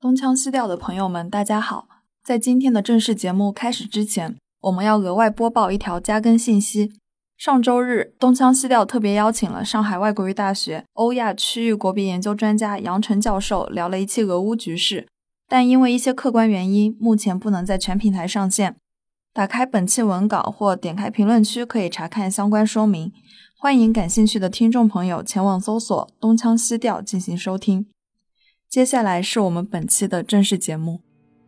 东腔西调的朋友们，大家好！在今天的正式节目开始之前，我们要额外播报一条加更信息。上周日，东腔西调特别邀请了上海外国语大学欧亚区域国别研究专家杨晨教授聊了一期俄乌局势，但因为一些客观原因，目前不能在全平台上线。打开本期文稿或点开评论区可以查看相关说明，欢迎感兴趣的听众朋友前往搜索东腔西调进行收听。接下来是我们本期的正式节目。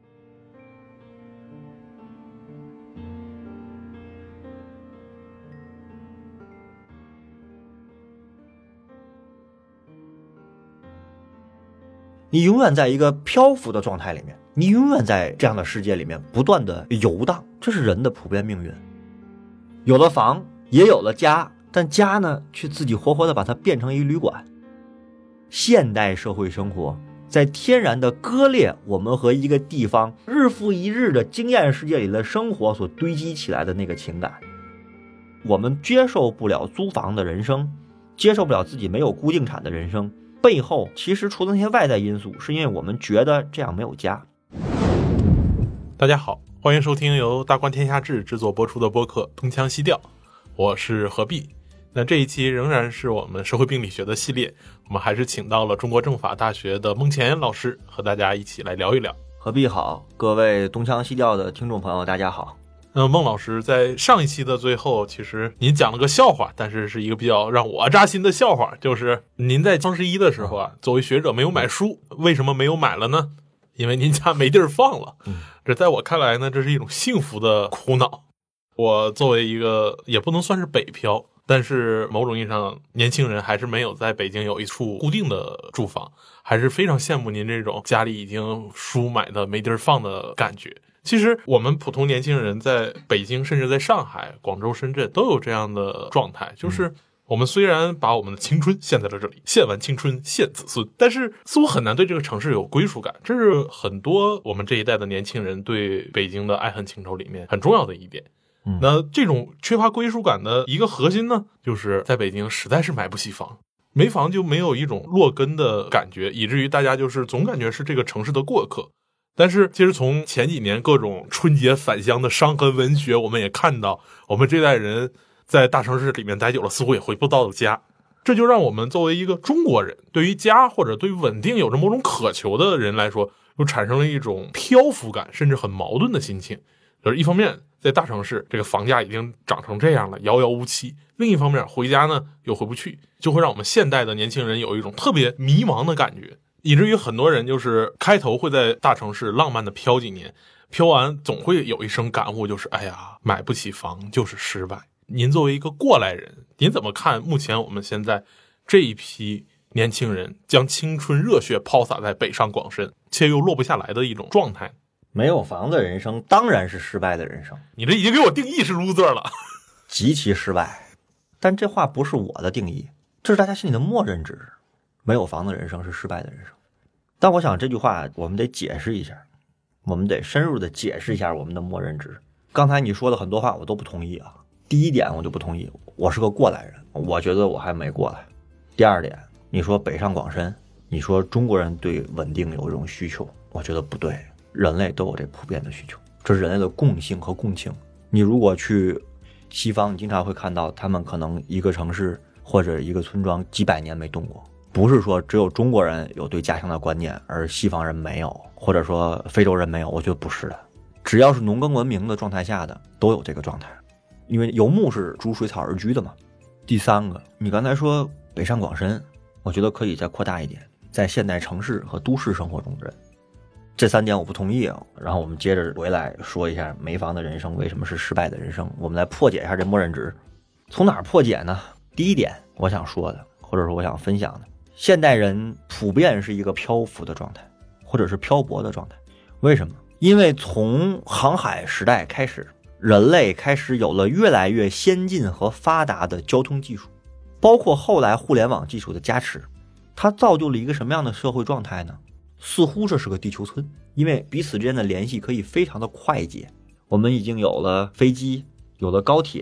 你永远在一个漂浮的状态里面，你永远在这样的世界里面不断的游荡，这是人的普遍命运。有了房，也有了家，但家呢，却自己活活的把它变成一旅馆。现代社会生活在天然的割裂我们和一个地方日复一日的经验世界里的生活所堆积起来的那个情感。我们接受不了租房的人生，接受不了自己没有固定产的人生，背后其实除了那些外在因素，是因为我们觉得这样没有家。 大家好，欢迎收听由大观天下志制作播出的播客东腔西调，我是何必。那这一期仍然是我们社会病理学的系列，我们还是请到了中国政法大学的孟乾老师和大家一起来聊一聊。 何必好，各位东腔西调的听众朋友大家好。 孟老师在上一期的最后，其实您讲了个笑话，但是是一个比较让我扎心的笑话，就是您在双11的时候啊，作为学者没有买书，为什么没有买了呢？因为您家没地儿放了。这在我看来呢，这是一种幸福的苦恼。我作为一个也不能算是北漂，但是某种意义上年轻人还是没有在北京有一处固定的住房，还是非常羡慕您这种家里已经书买的没地儿放的感觉。其实我们普通年轻人在北京甚至在上海、广州、深圳都有这样的状态，就是我们虽然把我们的青春献在了这里，献完青春献子孙，但是似乎很难对这个城市有归属感，这是很多我们这一代的年轻人对北京的爱恨情仇里面很重要的一点。那这种缺乏归属感的一个核心呢，就是在北京实在是买不起房，没房就没有一种落根的感觉，以至于大家就是总感觉是这个城市的过客。但是其实从前几年各种春节返乡的伤痕文学，我们也看到我们这代人在大城市里面待久了，似乎也回不到家。这就让我们作为一个中国人，对于家或者对于稳定有着某种渴求的人来说，又产生了一种漂浮感，甚至很矛盾的心情。就是一方面在大城市这个房价已经涨成这样了，遥遥无期，另一方面回家呢又回不去，就会让我们现代的年轻人有一种特别迷茫的感觉，以至于很多人就是开头会在大城市浪漫的飘几年，飘完总会有一声感悟，就是哎呀，买不起房就是失败。您作为一个过来人，您怎么看目前我们现在这一批年轻人将青春热血抛洒在北上广深却又落不下来的一种状态？ 没有房的人生当然是失败的人生。 你这已经给我定义是 loser 了， 极其失败。但这话不是我的定义，这是大家心里的默认值。没有房的人生是失败的人生。但我想这句话我们得解释一下，我们得深入的解释一下我们的默认值。刚才你说的很多话我都不同意啊。第一点我就不同意，我是个过来人，我觉得我还没过来。第二点，你说北上广深，你说中国人对稳定有一种需求，我觉得不对。人类都有这普遍的需求，这是人类的共性和共情。你如果去西方，你经常会看到他们可能一个城市或者一个村庄几百年没动过，不是说只有中国人有对家乡的观念而西方人没有，或者说非洲人没有，我觉得不是的。只要是农耕文明的状态下的都有这个状态，因为游牧是逐水草而居的嘛。第三个，你刚才说北上广深，我觉得可以再扩大一点，在现代城市和都市生活中的人。这3点我不同意啊，然后我们接着回来说一下没房的人生为什么是失败的人生，我们来破解一下这默认值。从哪儿破解呢？第一点我想说的，或者说我想分享的，现代人普遍是一个漂浮的状态，或者是漂泊的状态。为什么？因为从航海时代开始，人类开始有了越来越先进和发达的交通技术，包括后来互联网技术的加持，它造就了一个什么样的社会状态呢？似乎这是个地球村，因为彼此之间的联系可以非常的快捷。我们已经有了飞机，有了高铁，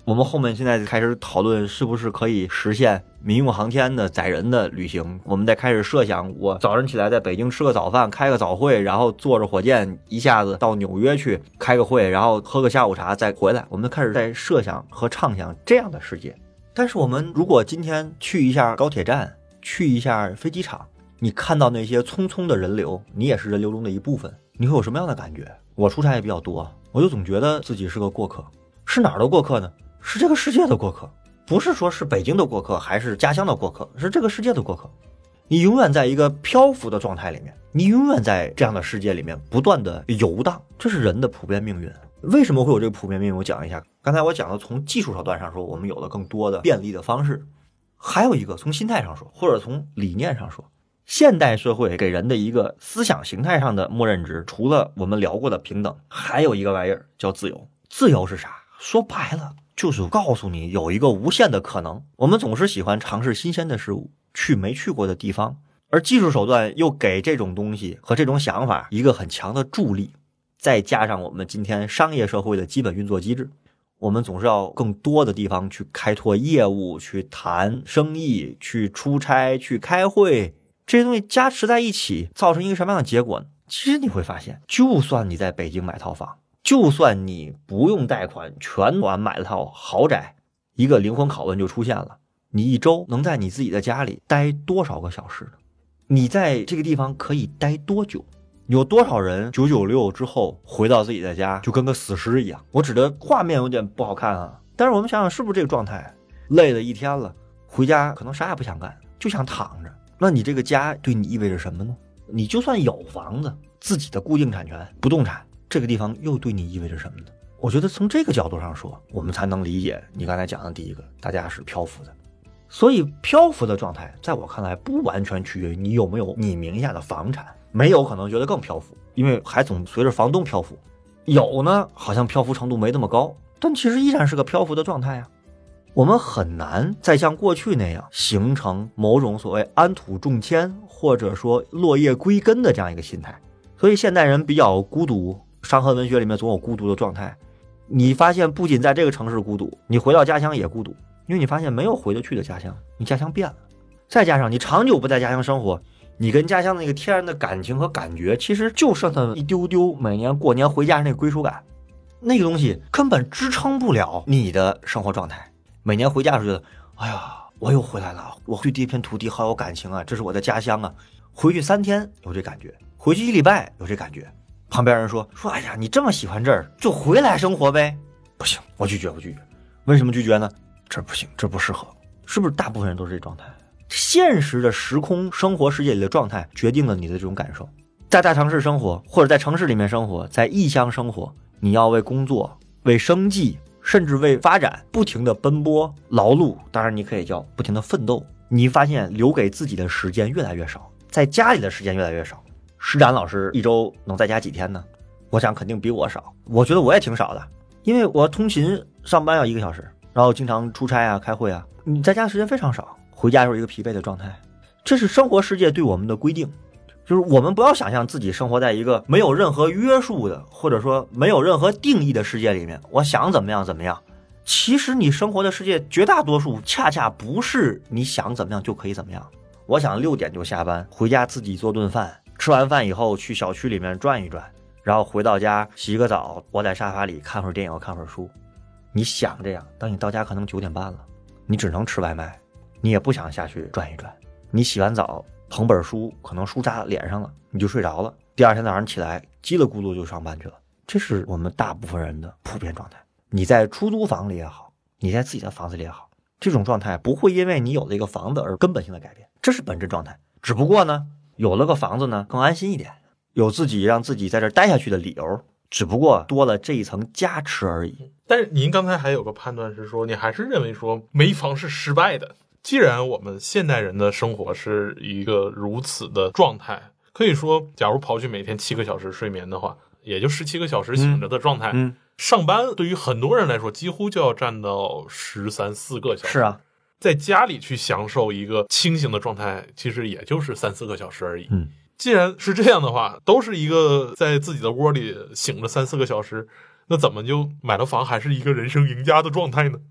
我们后面现在开始讨论是不是可以实现民用航天的载人的旅行，我们再开始设想，我早上起来在北京吃个早饭，开个早会，然后坐着火箭一下子到纽约去开个会，然后喝个下午茶再回来，我们开始在设想和畅想这样的世界。但是我们如果今天去一下高铁站，去一下飞机场，你看到那些匆匆的人流，你也是人流中的一部分，你会有什么样的感觉？我出差也比较多，我就总觉得自己是个过客。是哪儿的过客呢？是这个世界的过客，不是说是北京的过客还是家乡的过客，是这个世界的过客。你永远在一个漂浮的状态里面，你永远在这样的世界里面不断的游荡，这是人的普遍命运。为什么会有这个普遍命运？我讲一下。刚才我讲的从技术手段上说，我们有了更多的便利的方式，还有一个从心态上说，或者从理念上说，现代社会给人的一个思想形态上的默认值，除了我们聊过的平等，还有一个玩意儿叫自由。自由是啥？说白了就是告诉你有一个无限的可能。我们总是喜欢尝试新鲜的事物，去没去过的地方，而技术手段又给这种东西和这种想法一个很强的助力。再加上我们今天商业社会的基本运作机制，我们总是要更多的地方去开拓业务，去谈生意，去出差，去开会，这些东西加持在一起造成一个什么样的结果呢？其实你会发现，就算你在北京买套房，就算你不用贷款全款买了套豪宅，一个灵魂拷问就出现了，你一周能在你自己的家里待多少个小时呢？你在这个地方可以待多久？有多少人996之后回到自己的家就跟个死尸一样？我指的画面有点不好看啊，但是我们想想是不是这个状态？累了一天了，回家可能啥也不想干，就想躺着。那你这个家对你意味着什么呢？你就算有房子，自己的固定产权、不动产，这个地方又对你意味着什么呢？我觉得从这个角度上说，我们才能理解你刚才讲的第一个，大家是漂浮的。所以漂浮的状态在我看来不完全取决于你有没有你名下的房产，没有可能觉得更漂浮，因为还总随着房东漂浮。有呢，好像漂浮程度没那么高，但其实依然是个漂浮的状态啊。我们很难再像过去那样形成某种所谓安土重迁或者说落叶归根的这样一个心态。所以现代人比较孤独，伤痕文学里面总有孤独的状态。你发现不仅在这个城市孤独，你回到家乡也孤独，因为你发现没有回得去的家乡，你家乡变了。再加上你长久不在家乡生活，你跟家乡那个天然的感情和感觉其实就剩下一丢丢每年过年回家那个归属感，那个东西根本支撑不了你的生活状态。每年回家的时候觉得，哎呀，我又回来了，我对这片土地好有感情啊，这是我的家乡啊。回去3天有这感觉，回去1礼拜有这感觉。旁边人说，哎呀，你这么喜欢这儿，就回来生活呗。不行，我拒绝。为什么拒绝呢？这不行，这不适合。是不是大部分人都是这状态？现实的时空生活世界里的状态决定了你的这种感受。在大城市生活，或者在城市里面生活，在异乡生活，你要为工作、为生计，甚至为发展不停的奔波劳碌，当然你可以叫不停的奋斗。你发现留给自己的时间越来越少，在家里的时间越来越少。施展老师一周能在家几天呢？我想肯定比我少，我觉得我也挺少的，因为我通勤上班要1个小时，然后经常出差啊、开会啊，你在家时间非常少，回家就是一个疲惫的状态。这是生活世界对我们的规定，就是我们不要想象自己生活在一个没有任何约束的，或者说没有任何定义的世界里面，我想怎么样怎么样。其实你生活的世界绝大多数恰恰不是你想怎么样就可以怎么样。我想6点就下班，回家自己做顿饭，吃完饭以后去小区里面转一转，然后回到家洗个澡，窝在沙发里看会儿电影，看会儿书。你想这样，当你到家可能9点半了，你只能吃外卖，你也不想下去转一转。你洗完澡捧本书，可能书扎脸上了，你就睡着了。第二天早上起来叽里咕噜就上班去了。这是我们大部分人的普遍状态。你在出租房里也好，你在自己的房子里也好，这种状态不会因为你有了一个房子而根本性的改变，这是本质状态。只不过呢，有了个房子呢更安心一点，有自己让自己在这待下去的理由，只不过多了这一层加持而已。 但是您刚才还有个判断是说，你还是认为说没房是失败的。既然我们现代人的生活是一个如此的状态，可以说假如刨去每天7个小时睡眠的话，也就17个小时醒着的状态，上班对于很多人来说几乎就要占到13、14个小时。 是啊， 在家里去享受一个清醒的状态，其实也就是3、4个小时而已。既然是这样的话，都是一个在自己的窝里醒着3、4个小时，那怎么就买了房还是一个人生赢家的状态呢？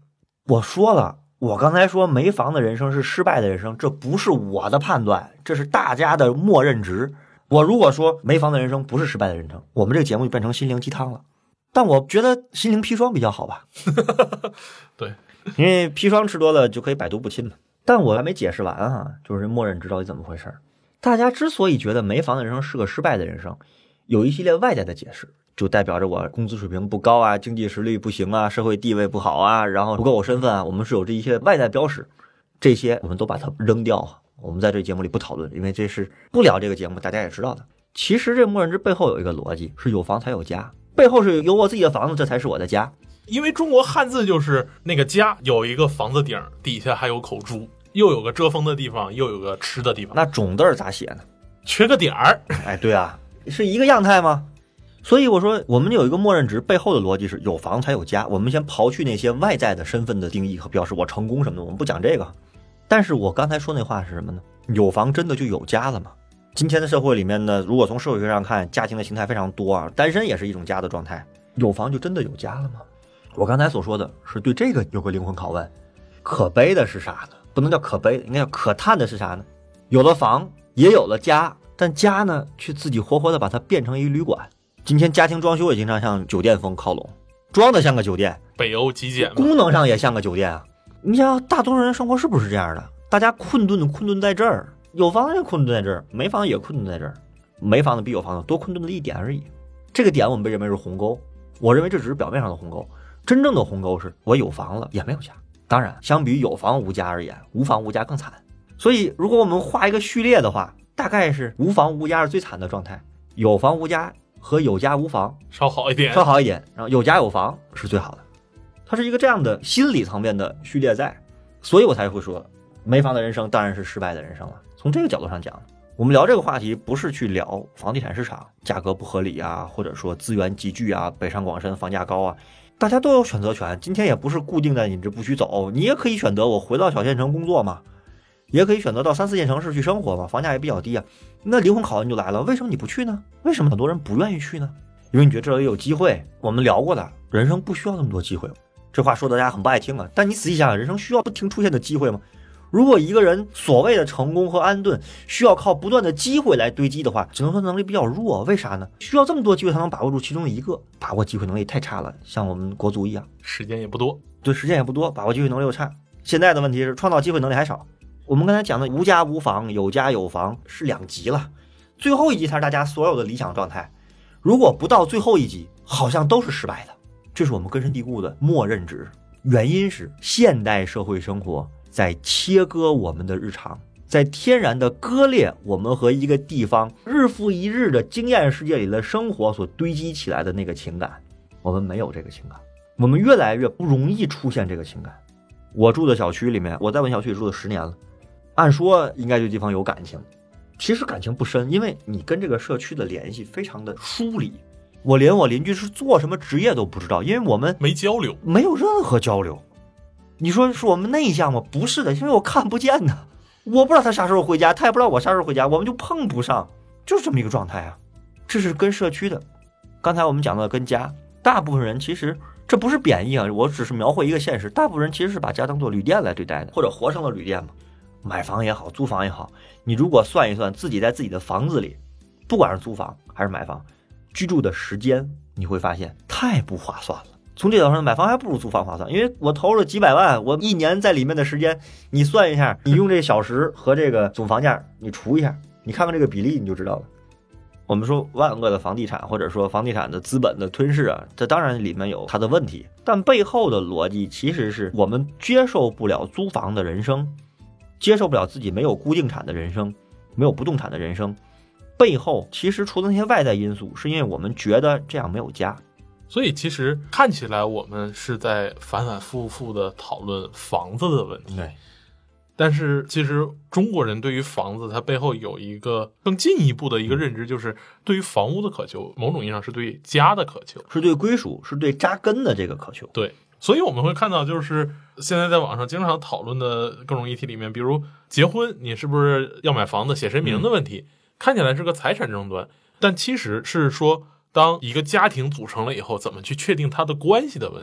我说了，我刚才说没房的人生是失败的人生，这不是我的判断，这是大家的默认值。我如果说没房的人生不是失败的人生，我们这个节目就变成心灵鸡汤了。但我觉得心灵砒霜比较好吧。 对， 因为砒霜吃多了就可以百毒不侵嘛。但我还没解释完啊，就是默认值到底怎么回事。大家之所以觉得没房的人生是个失败的人生，有一系列外在的解释，就代表着我工资水平不高啊，经济实力不行啊，社会地位不好啊，然后不够有身份啊，我们是有这一些外在标识，这些我们都把它扔掉啊。我们在这个节目里不讨论，因为这是不聊这个节目大家也知道的。其实这默认值背后有一个逻辑，是有房才有家，背后是有我自己的房子，这才是我的家。 因为中国汉字就是那个家有一个房子顶，底下还有口珠，又有个遮风的地方，又有个吃的地方。 那种字咋写呢？ 缺个点儿。 哎，对啊，是一个样态吗？所以我说我们有一个默认值，背后的逻辑是有房才有家。我们先刨去那些外在的身份的定义和标识，我成功什么的，我们不讲这个。但是我刚才说那话是什么呢？有房真的就有家了吗？今天的社会里面呢，如果从社会学上看，家庭的形态非常多啊，单身也是一种家的状态。有房就真的有家了吗？我刚才所说的是对这个有个灵魂拷问。可悲的是啥呢？不能叫可悲，应该叫可叹的是啥呢？有了房也有了家，但家呢却自己活活的把它变成一旅馆。今天家庭装修也经常向酒店风靠拢，装的像个酒店， 北欧极简， 功能上也像个酒店啊。你想大多数人生活是不是这样的？大家困顿在这儿，有房也困顿在这儿，没房也困顿在这儿，没房子比有房子多困顿的一点而已。这个点我们被认为是鸿沟，我认为这只是表面上的鸿沟，真正的鸿沟是我有房了也没有家。当然相比于有房无家而言，无房无家更惨。所以如果我们画一个序列的话，大概是无房无家是最惨的状态，有房无家和有家无房稍好一点， 然后有家有房是最好的。它是一个这样的心理层面的序列在，所以我才会说没房的人生当然是失败的人生了。从这个角度上讲，我们聊这个话题不是去聊房地产市场价格不合理啊，或者说资源集聚啊，北上广深房价高啊，大家都有选择权。今天也不是固定的你这不许走，你也可以选择我回到小县城工作嘛，也可以选择到3、4线城市去生活嘛，房价也比较低啊。那灵魂拷问就来了，为什么你不去呢？为什么很多人不愿意去呢？因为你觉得这里有机会。我们聊过的，人生不需要那么多机会。这话说大家很不爱听啊，但你仔细想想，人生需要不停出现的机会吗？如果一个人所谓的成功和安顿需要靠不断的机会来堆积的话，只能说能力比较弱。为啥呢？需要这么多机会才能把握住其中一个，把握机会能力太差了，像我们国足一样， 时间也不多。 对，时间也不多，把握机会能力又差。现在的问题是创造机会能力还少。我们刚才讲的无家无房有家有房是2级了，最后一级才是大家所有的理想状态。如果不到最后一级，好像都是失败的。这是我们根深蒂固的默认值。原因是现代社会生活在切割我们的日常，在天然的割裂我们和一个地方日复一日的经验世界里的生活所堆积起来的那个情感。我们没有这个情感，我们越来越不容易出现这个情感。我住的小区里面，我在我小区里住了10年了，按说应该对地方有感情，其实感情不深，因为你跟这个社区的联系非常的疏离。我连我邻居是做什么职业都不知道，因为我们没交流， 没有任何交流。你说是我们内向吗？不是的，因为我看不见呢，我不知道他啥时候回家，他也不知道我啥时候回家，我们就碰不上，就是这么一个状态啊。这是跟社区的。刚才我们讲到跟家，大部分人其实这不是贬义啊，我只是描绘一个现实，大部分人其实是把家当做旅店来对待的，或者活成了旅店嘛。买房也好，租房也好，你如果算一算自己在自己的房子里，不管是租房还是买房，居住的时间，你会发现太不划算了。从这角度上，买房还不如租房划算，因为我投入了几百万，我1年在里面的时间，你算一下，你用这小时和这个总房价你除一下，你看看这个比例你就知道了。我们说万恶的房地产，或者说房地产的资本的吞噬啊，这当然里面有它的问题，但背后的逻辑其实是我们接受不了租房的人生，接受不了自己没有固定产的人生，没有不动产的人生，背后其实除了那些外在因素，是因为我们觉得这样没有家。 所以其实看起来我们是在反反复复的讨论房子的问题， 对。 但是其实中国人对于房子，它背后有一个更进一步的一个认知，就是对于房屋的渴求，某种意义上是对家的渴求， 是对归属，是对扎根的这个渴求。 对，所以我们会看到，就是现在在网上经常讨论的各种议题里面，比如结婚，你是不是要买房子、写谁名的问题，看起来是个财产争端，但其实是说，当一个家庭组成了以后，怎么去确定它的关系的问题。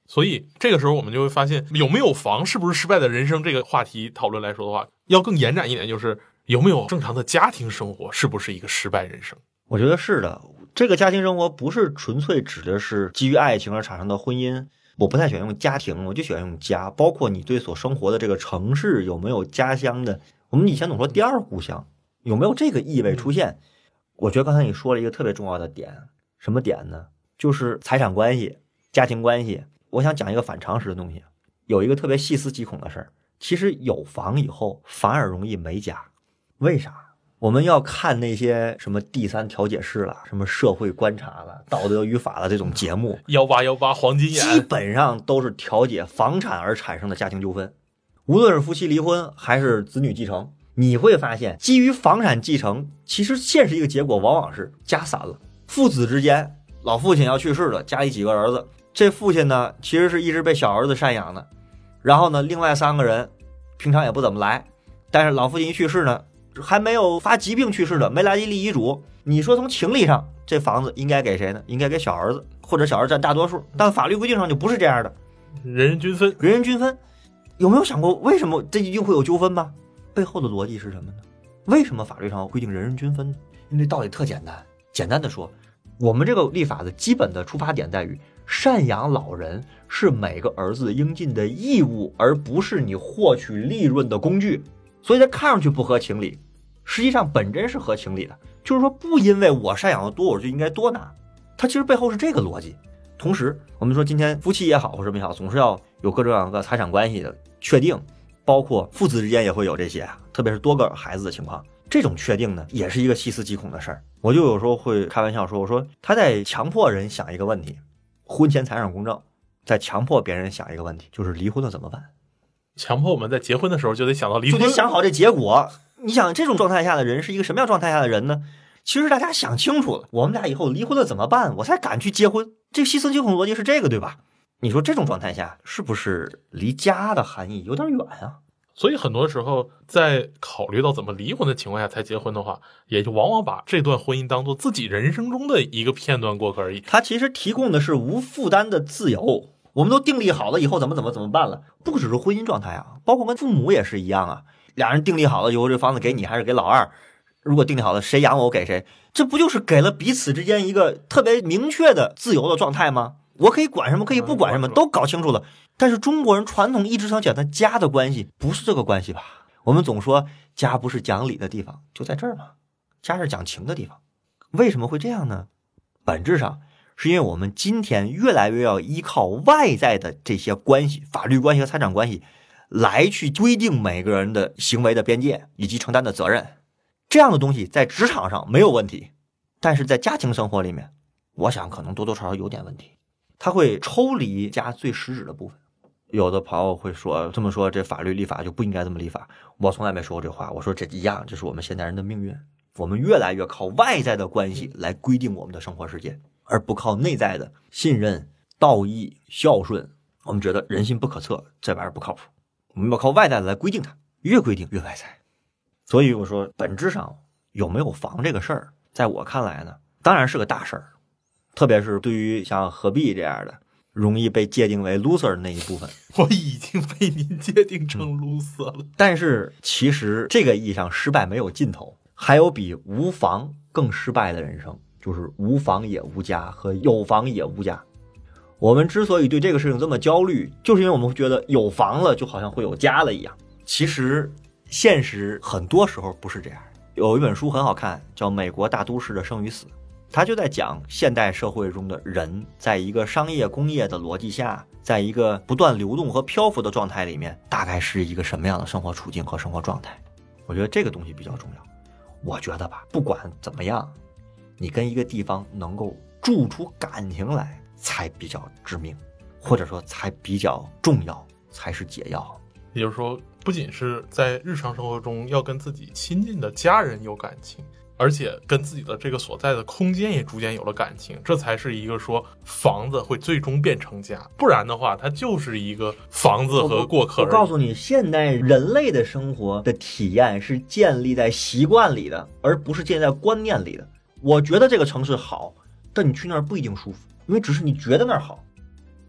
所以这个时候我们就会发现，有没有房是不是失败的人生这个话题讨论来说的话，要更延展一点，就是有没有正常的家庭生活是不是一个失败人生。 我觉得是的，这个家庭生活不是纯粹指的是基于爱情而产生的婚姻，我不太喜欢用家庭，我就喜欢用家，包括你对所生活的这个城市有没有家乡的，我们以前总说第二故乡，有没有这个意味出现。我觉得刚才你说了一个特别重要的点，什么点呢？就是财产关系、家庭关系。我想讲一个反常识的东西，有一个特别细思极恐的事儿，其实有房以后反而容易没家。为啥？我们要看那些什么第三调解室了，什么社会观察了，道德与法了这种节目 ，1818黄金眼， 基本上都是调解房产而产生的家庭纠纷。无论是夫妻离婚还是子女继承，你会发现基于房产继承，其实现实一个结果往往是家散了，父子之间，老父亲要去世了，家里几个儿子，这父亲呢其实是一直被小儿子赡养的，然后呢另外3个人平常也不怎么来，但是老父亲一去世呢，还没有发疾病去世的，没来得及立遗嘱，你说从情理上这房子应该给谁呢？应该给小儿子，或者小儿子占大多数，但法律规定上就不是这样的， 人人均分。 人人均分。有没有想过为什么这一定会有纠纷吗？背后的逻辑是什么呢？为什么法律上规定人人均分呢？因为道理特简单，简单的说，我们这个立法的基本的出发点在于赡养老人是每个儿子应尽的义务，而不是你获取利润的工具。所以它看上去不合情理，实际上本真是合情理的，就是说不因为我赡养的多我就应该多拿，它其实背后是这个逻辑。同时我们说今天夫妻也好或什么也好，总是要有各种各样的财产关系的确定，包括父子之间也会有这些，特别是多个孩子的情况，这种确定呢也是一个细思极恐的事儿。我就有时候会开玩笑说，我说他在强迫人想一个问题，婚前财产公证，在强迫别人想一个问题，就是离婚了怎么办。 强迫我们在结婚的时候就得想到离婚， 就得想好这结果。你想这种状态下的人是一个什么样状态下的人呢？其实大家想清楚了，我们俩以后离婚了怎么办，我才敢去结婚，这细思极恐逻辑是这个，对吧？你说这种状态下是不是离家的含义有点远啊？ 所以很多时候在考虑到怎么离婚的情况下才结婚的话，也就往往把这段婚姻当做自己人生中的一个片段过客而已。 它其实提供的是无负担的自由，我们都订立好了以后怎么办了，不只是婚姻状态啊，包括跟父母也是一样啊。俩人订立好了以后，这房子给你还是给老二，如果订立好了谁养我给谁，这不就是给了彼此之间一个特别明确的自由的状态吗？我可以管什么可以不管什么都搞清楚了。但是中国人传统一直想讲的家的关系不是这个关系吧？我们总说家不是讲理的地方，就在这儿嘛，家是讲情的地方。为什么会这样呢？本质上是因为我们今天越来越要依靠外在的这些关系，法律关系和财产关系来去规定每个人的行为的边界以及承担的责任。这样的东西在职场上没有问题，但是在家庭生活里面，我想可能多多少少有点问题，它会抽离家最实质的部分。有的朋友会说，这么说这法律立法就不应该这么立法，我从来没说过这话，我说这一样，这是我们现代人的命运，我们越来越靠外在的关系来规定我们的生活世界，而不靠内在的信任、道义、孝顺。我们觉得人心不可测，这玩意儿不靠谱，我们要靠外在的来规定它，越规定越外在。所以我说本质上有没有房这个事儿，在我看来呢，当然是个大事儿，特别是对于像何必这样的容易被界定为 loser 那一部分。 我已经被您界定成 loser 了。 但是其实这个意义上失败没有尽头，还有比无房更失败的人生，就是无房也无家和有房也无家。我们之所以对这个事情这么焦虑，就是因为我们会觉得有房了就好像会有家了一样。其实现实很多时候不是这样。有一本书很好看，叫《美国大都市的生与死》，他就在讲现代社会中的人在一个商业工业的逻辑下，在一个不断流动和漂浮的状态里面，大概是一个什么样的生活处境和生活状态。我觉得这个东西比较重要。我觉得吧，不管怎么样，你跟一个地方能够住出感情来才比较致命，或者说才比较重要，才是解药。 也就是说，不仅是在日常生活中要跟自己亲近的家人有感情，而且跟自己的这个所在的空间也逐渐有了感情，这才是一个说房子会最终变成家。不然的话，它就是一个房子和过客而已。 我告诉你，现代人类的生活的体验是建立在习惯里的，而不是建立在观念里的。我觉得这个城市好，但你去那儿不一定舒服，因为只是你觉得那儿好。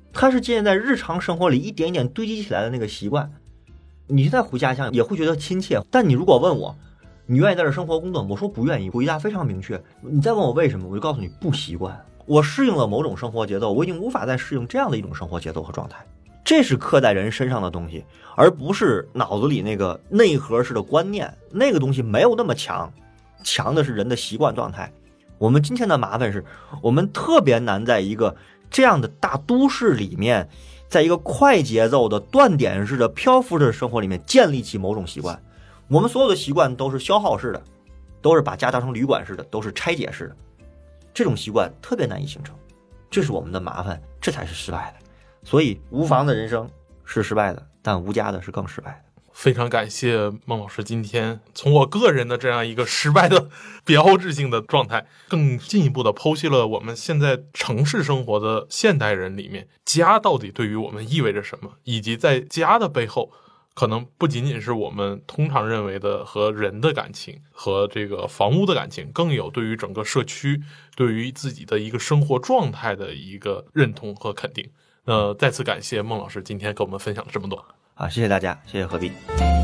它是建立在日常生活里一点一点堆积起来的那个习惯。你现在回家乡也会觉得亲切，但你如果问我你愿意在这生活工作，我说不愿意，回答非常明确。你再问我为什么，我就告诉你不习惯。我适应了某种生活节奏，我已经无法再适应这样的一种生活节奏和状态。这是刻在人身上的东西，而不是脑子里那个内核式的观念，那个东西没有那么强，强的是人的习惯状态。我们今天的麻烦是，我们特别难在一个这样的大都市里面，在一个快节奏的断点式的漂浮式的生活里面建立起某种习惯。我们所有的习惯都是消耗式的，都是把家当成旅馆式的，都是拆解式的，这种习惯特别难以形成，这是我们的麻烦，这才是失败的。所以无房的人生是失败的，但无家的是更失败的。 非常感谢孟老师今天从我个人的这样一个失败的标志性的状态，更进一步的剖析了我们现在城市生活的现代人里面，家到底对于我们意味着什么，以及在家的背后可能不仅仅是我们通常认为的和人的感情和这个房屋的感情，更有对于整个社区对于自己的一个生活状态的一个认同和肯定。再次感谢孟老师今天跟我们分享了这么多谢谢大家，谢谢何必。